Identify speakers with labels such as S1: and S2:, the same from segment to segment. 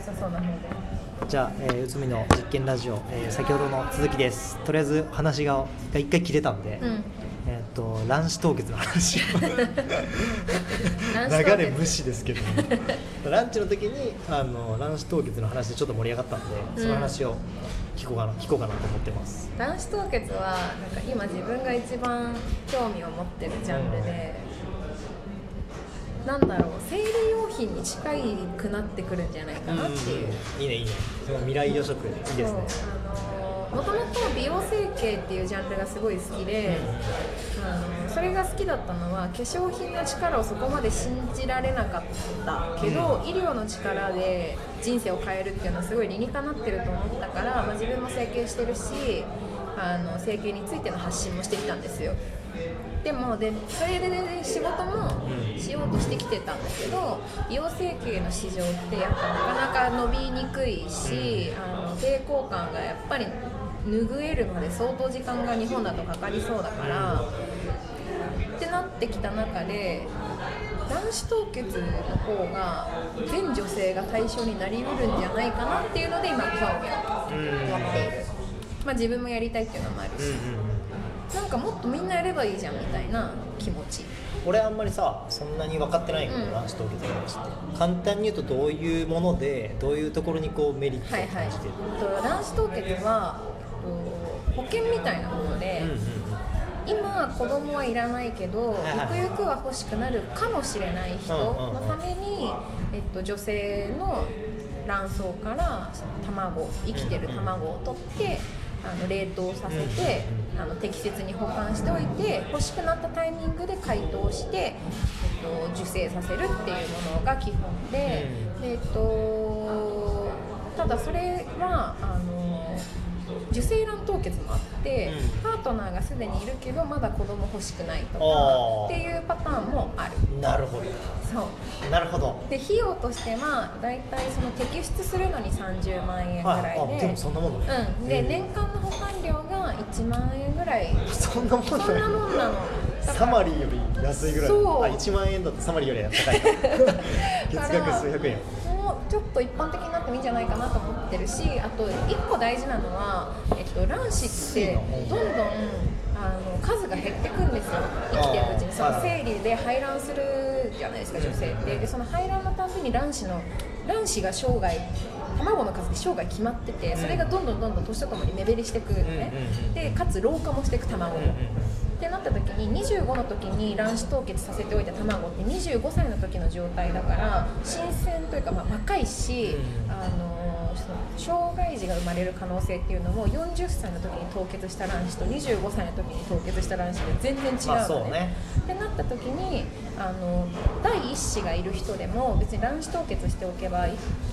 S1: さそうな方で。
S2: じゃあ、うつみの実験ラジオ、先ほどの続きです。とりあえず話が一回切れたんで、卵子凍結の話を流れ無視ですけど、ね、ランチの時に卵子凍結の話でちょっと盛り上がったんで、その話を聞こうかなと思ってます。
S1: 卵子凍結はなんか今自分が一番興味を持ってるジャンルで、なんだろう、生理用品に近くなってくるんじゃないかなっていう。
S2: いいねその未来予測いいですね。
S1: もともと美容整形っていうジャンルがすごい好きで、それが好きだったのは化粧品の力をそこまで信じられなかったけど、医療の力で人生を変えるっていうのはすごい理にかなってると思ったから、自分も整形してるし、整形についての発信もしてきたんですよ。でもそれで仕事もしようとしてきてたんだけど、美容整形の市場ってやっぱなかなか伸びにくいし、抵抗感がやっぱり拭えるまで相当時間が日本だとかかりそうだからってなってきた中で、卵子凍結の方が全女性が対象になりうるんじゃないかなっていうので今興味を持っている。自分もやりたいっていうのもあるし、なんかもっとみんなやればいいじゃんみたいな気持ち。
S2: 俺あんまりさそんなに分かってないけど、卵子凍結の話って簡単に言うとどういうものでどういうところにこうメリットを感じてる？
S1: 卵子凍結は保険みたいなもので、今子供はいらないけど、ゆくゆくは欲しくなるかもしれない人のために、女性の卵巣から生きてる卵を取って冷凍させて、適切に保管しておいて、欲しくなったタイミングで解凍して、受精させるっていうものが基本で、ただそれは受精卵凍結もあって、パートナーがすでにいるけどまだ子供欲しくないとかっていうパターンもある。
S2: なるほど。
S1: そう
S2: なるほど。
S1: で費用としてはだいたいその摘出するのに30万円ぐらいで、
S2: でもそんなもんね。
S1: で年間の保管料が1万円ぐらい。
S2: そんなもんなの。サマリーより安いぐらい。1万円だとサマリーより高い。月額数百円。
S1: もうちょっと一般的になってもいいんじゃないかなと思ってるし、あと1個大事なのは、卵子ってどんどん数が減ってくんですよ、生きてるうちに。その生理で排卵するじゃないですか、女性って。でその排卵のたびに卵子が生涯卵の数で生涯決まってて、それがどんどん年とともに目減りしてくるね。でかつ老化もしていく卵も。ってなった時に25の時に卵子凍結させておいた卵って25歳の時の状態だから新鮮というか、若いし、障害児が生まれる可能性っていうのも40歳の時に凍結した卵子と25歳の時に凍結した卵子で全然違うのね。ってなった時に第一子がいる人でも別に卵子凍結しておけば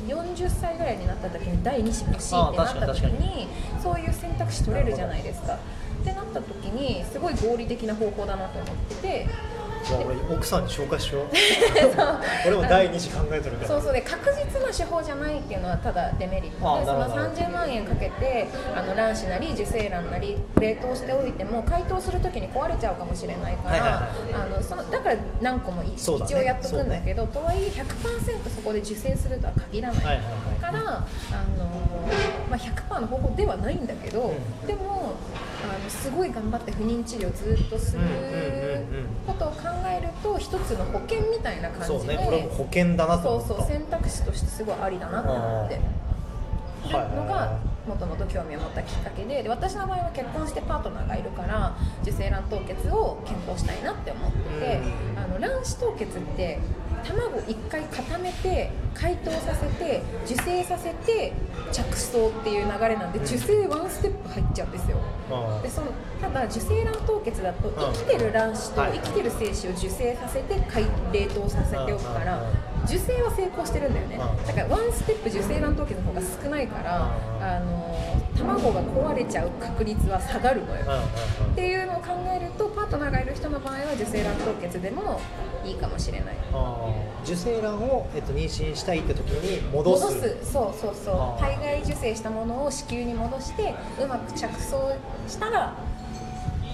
S1: 40歳ぐらいになった時に第二子欲しいってなった時にそういう選択肢取れるじゃないですか。ってなった時にすごい合理的な方法だなと思ってて、
S2: 俺奥さんに紹介しよう。俺も第二子考えてるから。
S1: そうで確実な手法じゃないっていうのはただデメリットで、その30万円かけて卵子なり受精卵なり冷凍しておいても解凍する時に壊れちゃうかもしれないから、だから何個も一応やっとくんだけど、とはいえ 100% そこで受精するとは限らないから、100% の方法ではないんだけど、でもすごい頑張って不妊治療をずっとすることを考えると一つの保険みたいな感じで、
S2: これも保険だなと思った。
S1: そう選択肢としてすごいありだなと思ってるのがもともと興味を持ったきっかけで、私の場合は結婚してパートナーがいるから受精卵凍結を検討したいなって思ってて、卵子凍結って卵を1回固めて解凍させて受精させて着床っていう流れなんで、受精ワンステップ入っちゃうんですよ。でただ受精卵凍結だと生きてる卵子と生きてる精子を受精させて冷凍させておくから受精は成功してるんだよね。だからワンステップ受精卵凍結の方が少ないから卵が壊れちゃう確率は下がるのよ。っていうのを考えるとパートナーがいる人の場合は受精卵凍結でもいいかもしれない。
S2: 受精卵を、妊娠したいって時に戻す。
S1: そう体外受精したものを子宮に戻してうまく着床したら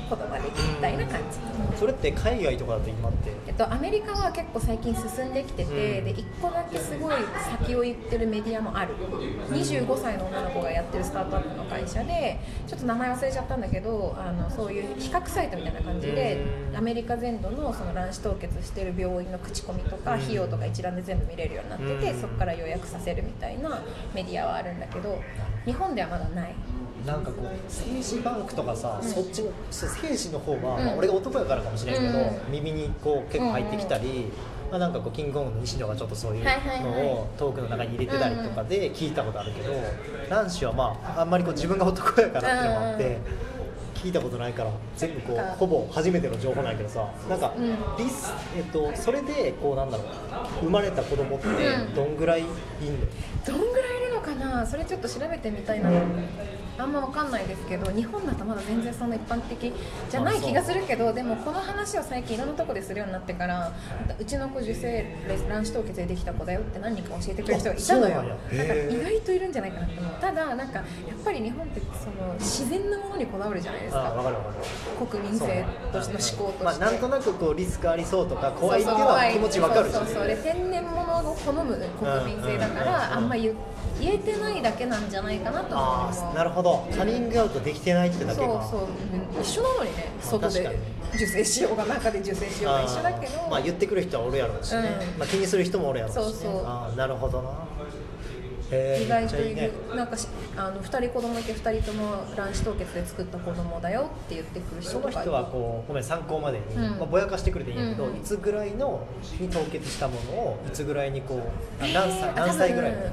S1: 葉できるみたいな感じ。
S2: それって海外とかだと今って、
S1: アメリカは結構最近進んできてて、で1個だけすごい先を言ってるメディアもある。25歳の女の子がやってるスタートアップの会社で、ちょっと名前忘れちゃったんだけど、そういう比較サイトみたいな感じで、アメリカ全土のその卵子凍結してる病院の口コミとか費用とか一覧で全部見れるようになってて、そこから予約させるみたいなメディアはあるんだけど、日本ではまだない。
S2: なんかこう精子バンクとかさ、そっちの精子の方は、まあ、俺が男やからかもしれんけど、耳にこう結構入ってきたり、まあ、なんかこうキングコングの西野がちょっとそういうのをトークの中に入れてたりとかで聞いたことあるけど、卵子はまああんまりこう自分が男やからっていうのもあって聞いたことないから、全部こうほぼ初めての情報ないけどさ、なんかそれでこうなんだろう、生まれた子供ってどんぐらいいんの？
S1: どんぐらいいるのかな、それちょっと調べてみたいな。あんま分かんないですけど、日本だとまだ全然そんな一般的じゃない気がするけど、でもこの話を最近いろんなとこでするようになってから、うちの子受精卵子凍結でできた子だよって何人か教えてくれる人がいたのよ。だから意外といるんじゃないかなって思う。ただなんかやっぱり日本ってその自然なものにこだわるじゃないですか。
S2: わかる
S1: 国民性としての思考として、
S2: まあ、なんとなくこうリスクありそうとか怖いっていうのは気持ちわかるし、
S1: そうで天然物を好む国民性だから、あんま言えてないだけなんじゃないかなと思う。
S2: なるほど、カミングアウトできてないってだけか。
S1: そう一緒なのにね、外で受精しようが中で受精しようが一緒だけど、
S2: まあ言ってくる人はおるやろうしね、まあ、気にする人もおるやろうしね。なるほどな。
S1: 意外といる。なんか2人子供いて2人とも卵子凍結で作った子供だよって言ってくる人とかいる。
S2: その人はこうごめん参考までに、まあ、ぼやかしてくれていいんやけど、いつぐらいのに凍結したものをいつぐらいにこう何歳ぐらいの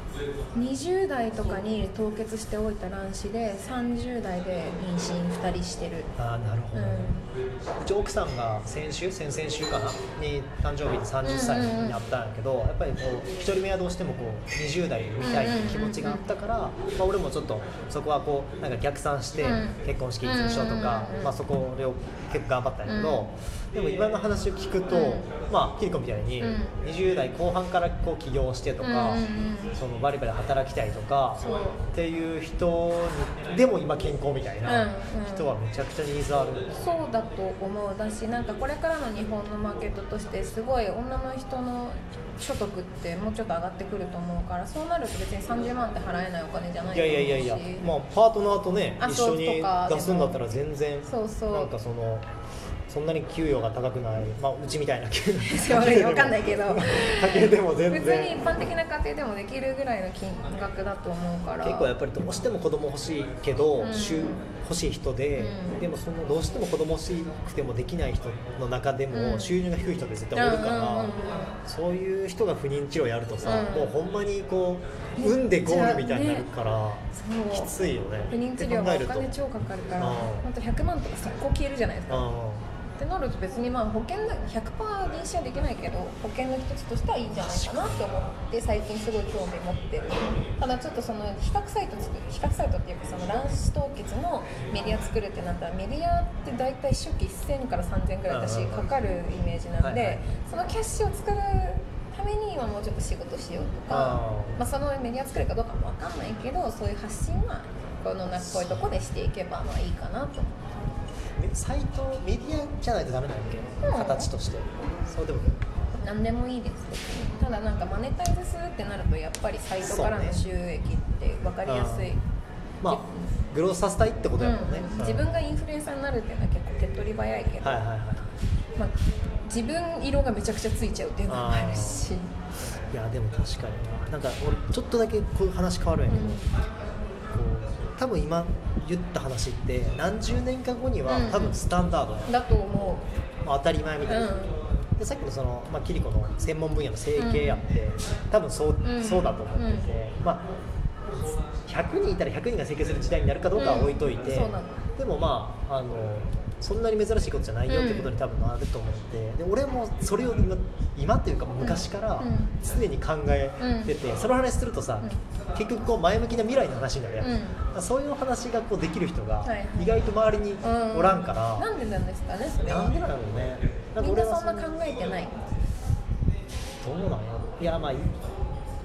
S1: 20代とかに凍結しておいた卵子で30代で妊娠2人してる。
S2: なるほど、うち奥さんが先々週かなに誕生日に30歳になったんやけど、やっぱりこう1人目はどうしてもこう20代で産みたいっていう気持ちがあったから、まあ、俺もちょっとそこはこうなんか逆算して結婚式いつにしようとか、まあ、そこを結構頑張ったんやけど、でも今の話を聞くと、まあキリコみたいに20代後半からこう起業してとか、そのバリバリ働きたいとかっていう人にでも今健康みたいな人はめちゃくちゃニーズある。
S1: そうだと思う。だしなんかこれからの日本のマーケットとしてすごい女の人の所得ってもうちょっと上がってくると思うから、そうなると別に30万って払えないお金じゃないと思うし、
S2: いや、まあ、パートナーとね一緒に出すんだったら全然なんかそんなに給与が高くない、まあ、うちみたいな給与
S1: わかんないけど
S2: 家庭でも全然
S1: 別に一般的な家庭でもできるぐらいの金額だと思うから、
S2: 結構やっぱりどうしても子供欲しいけど、欲しい人で、でもそのどうしても子供欲しくてもできない人の中でも収入が低い人って絶対おるから、そういう人が不妊治療やるとさ、もうほんまにこう産んでゴールみたいになるから、きついよね。
S1: 不妊治療はお金超かかるから、本当100万とか速攻消えるじゃないですか。ってなると別にまあ保険100% 妊娠はできないけど保険の一つとしてはいいんじゃないかなと思って最近すごい興味持ってる。ただちょっとその比較サイトっていうかその卵子凍結のメディア作るってなったらメディアって大体初期1000から3000ぐらいだしかかるイメージなんで、そのキャッシュを作るために今もうちょっと仕事しようとか、まあ、そのメディア作るかどうかも分かんないけどそういう発信はこういうとこでしていけばまあいいかなと思って。
S2: サイトメディアじゃないとダメなんだっけ、形としてそうでも
S1: 何でもいいです。ただなんかマネタイズするってなるとやっぱりサイトからの収益って分かりやすい、
S2: まあグロースさせたいってことやもんね、
S1: 自分がインフルエンサーになるっていうのは結構手っ取り早いけど、まあ、自分色がめちゃくちゃついちゃうっていうのもあるし、
S2: いやでも確かになんか俺ちょっとだけこういう話変わるんやけど、多分今言った話って何十年か後には多分スタンダードや、
S1: だと思う、
S2: 当たり前みたいな、でさっきのその、まあ、キリコの専門分野の整形やって、多分そうだと思ってて、まあ、100人いたら100人が整形する時代になるかどうかは置いといて、でもまあそんなに珍しいことじゃないよってことに多分あると思って、で俺もそれを今っていうか昔から常に考えてて、その話するとさ、結局こう前向きな未来の話になるやん、そういう話がこうできる人が意外と周りにおらんから、
S1: なんでなんですかねそれは。
S2: なんでなんだろうね。
S1: みんなそんな考えてない。
S2: どうなんや。いやまあ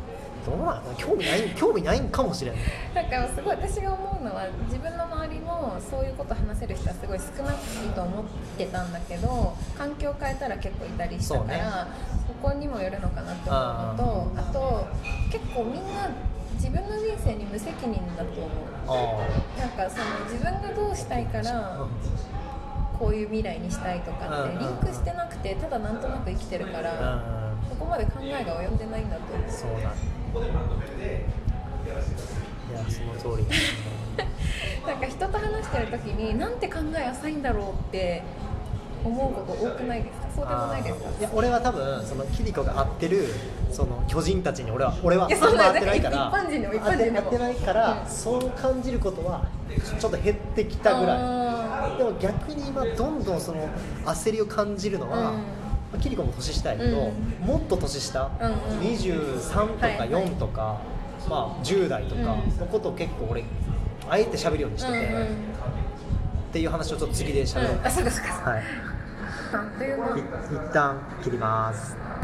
S2: どうなの興味ないんかもしれない。
S1: なんかすごい私が思うのは自分の周りもそういうこと話せる人はすごい少ないと思ってたんだけど環境を変えたら結構いたりしたから そこにもよるのかなって思うのとあと結構みんな自分の人生に無責任だと思う。なんかその自分がどうしたいからこういう未来にしたいとかってリンクしてなくてただなんとなく生きてるからそこまで考えが及んでないんだと思う。
S2: そうだいやその通り
S1: なんか人と話してる時になんて考え浅いんだろうって思うこと多くないですか？そうでもないですか？
S2: いや俺は多分そのキリコが合ってるその巨人たちに俺はあんま合ってないから
S1: 一般人でも
S2: 合ってないから、そう感じることはちょっと減ってきたぐらい。でも逆に今どんどんその焦りを感じるのは、キリコも年下やけど、もっと年下、23とか4とか、まあ、10代とかのことを結構俺あえて喋るようにしてて、っていう話をちょっと次で喋ろうか。
S1: あ、そうですか。
S2: はい。
S1: あっという間。
S2: 一旦切ります。